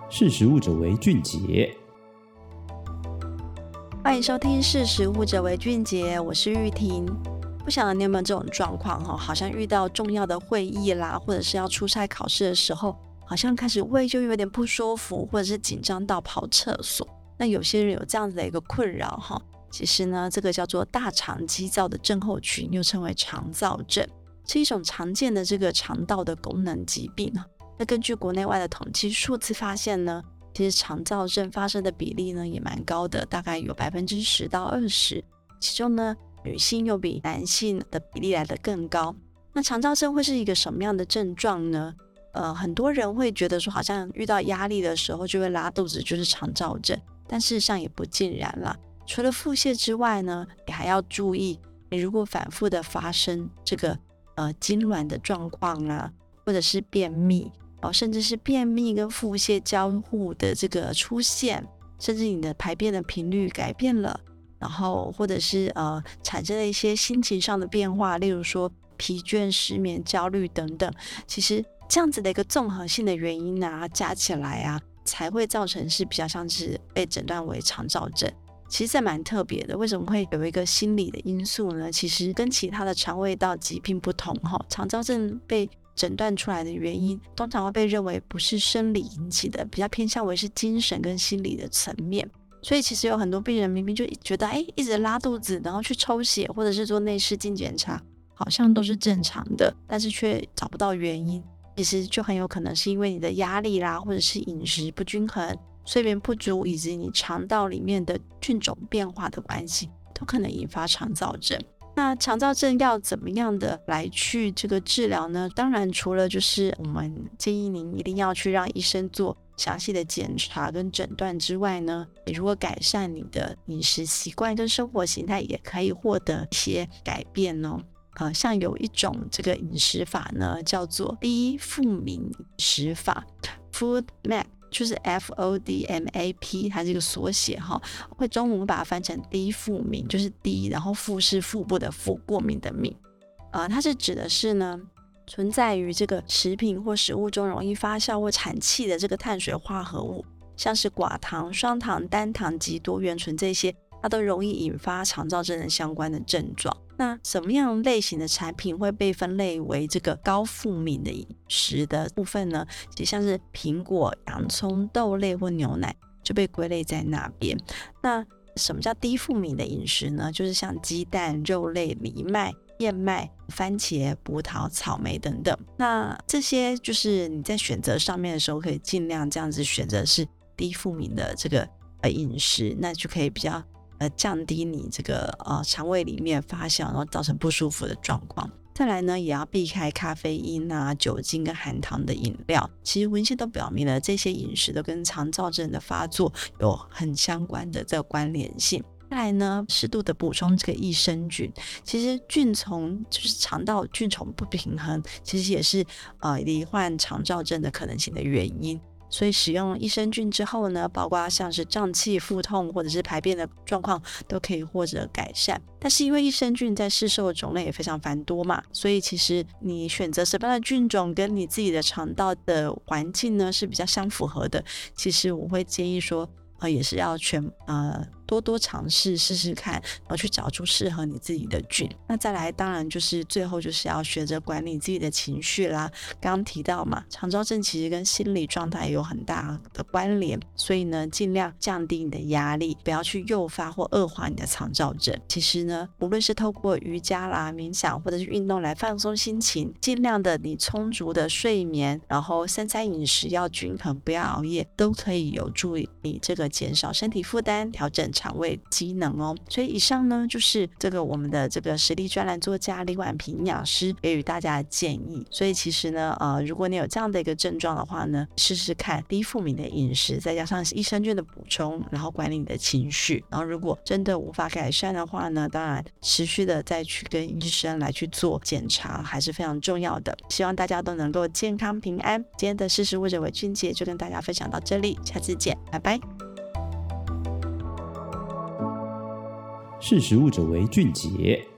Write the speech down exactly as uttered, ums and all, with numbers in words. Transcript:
识时务者为俊杰。 欢迎收听识时务者为俊杰，我是玉婷。不晓得你有没有这种状况，好像遇到重要的会议啦，或者是要出差考试的时候，好像开始胃就有点不舒服，或者是紧张到跑厕所。那有些人有这样子的一个困扰，其实呢，这个叫做大肠激躁的症候群，又称为肠躁症，是一种常见的这个肠道的功能疾病。那根据国内外的统计数字发现呢，其实肠躁症发生的比例呢也蛮高的，大概有百分之十到二十，其中呢女性又比男性的比例来得更高。那肠躁症会是一个什么样的症状呢？呃，很多人会觉得说，好像遇到压力的时候就会拉肚子，就是肠躁症，但事实上也不尽然啦。除了腹泻之外呢，你还要注意，你如果反复的发生这个呃痉挛的状况啊，或者是便秘。哦、甚至是便秘跟腹泻交互的这个出现，甚至你的排便的频率改变了，然后或者是呃产生了一些心情上的变化，例如说疲倦、失眠、焦虑等等，其实这样子的一个综合性的原因啊，加起来啊，才会造成是比较像是被诊断为肠躁症。其实这蛮特别的，为什么会有一个心理的因素呢？其实跟其他的肠胃道疾病不同，肠躁症被诊断出来的原因通常会被认为不是生理引起的，比较偏向为是精神跟心理的层面。所以其实有很多病人明明就觉得哎，一直拉肚子，然后去抽血或者是做内视镜检查，好像都是正常的，但是却找不到原因。其实就很有可能是因为你的压力啦，或者是饮食不均衡、睡眠不足，以及你肠道里面的菌种变化的关系，都可能引发肠躁症。那肠躁症要怎么样的来去这个治疗呢？当然除了就是我们建议您一定要去让医生做详细的检查跟诊断之外呢，你如果改善你的饮食习惯跟生活形态，也可以获得一些改变哦。呃，像有一种这个饮食法呢，叫做低富民饮食法 Food Map，就是 F O D M A P， 它这个缩写哈，会中文把它翻成低富民，就是低，然后富是腹部的腹，过敏的敏。呃，它是指的是呢，存在于这个食品或食物中容易发酵或产气的这个碳水化合物，像是寡糖、双糖、单糖及多元醇这些，它都容易引发肠躁症的相关的症状。那什么样类型的产品会被分类为这个高富民的饮食的部分呢？其实像是苹果、洋葱、豆类或牛奶就被归类在那边。那什么叫低富民的饮食呢？就是像鸡蛋、肉类、藜麦、燕麦、番茄、葡萄、草莓等等。那这些就是你在选择上面的时候，可以尽量这样子选择是低富民的这个呃饮食，那就可以比较呃，降低你这个呃肠胃里面发酵，然后造成不舒服的状况。再来呢，也要避开咖啡因啊、酒精跟含糖的饮料。其实文献都表明了，这些饮食都跟肠躁症的发作有很相关的这个关联性。再来呢，适度的补充这个益生菌。其实菌丛就是肠道菌丛不平衡，其实也是呃罹患肠躁症的可能性的原因。所以使用益生菌之后呢，包括像是胀气、腹痛或者是排便的状况都可以获得改善。但是因为益生菌在市售的种类也非常繁多嘛，所以其实你选择什么样的菌种跟你自己的肠道的环境呢是比较相符合的。其实我会建议说呃，也是要全呃多多尝试试试看，然后去找出适合你自己的菌。那再来当然就是最后就是要学着管理自己的情绪啦。刚刚提到嘛，肠躁症其实跟心理状态有很大的关联，所以呢尽量降低你的压力，不要去诱发或恶化你的肠躁症。其实呢无论是透过瑜伽啦、冥想或者是运动来放松心情，尽量的你充足的睡眠，然后三餐饮食要均衡，不要熬夜，都可以有助于你这个减少身体负担，调整肠胃机能哦。所以以上呢就是这个我们的这个实力专栏作家李婉萍营养师给予大家的建议。所以其实呢呃，如果你有这样的一个症状的话呢，试试看低富民的饮食，再加上益生菌的补充，然后管理你的情绪。然后如果真的无法改善的话呢，当然持续的再去跟医生来去做检查还是非常重要的。希望大家都能够健康平安。今天的识时务者为俊杰就跟大家分享到这里，下次见，拜拜。 识时务者为俊杰。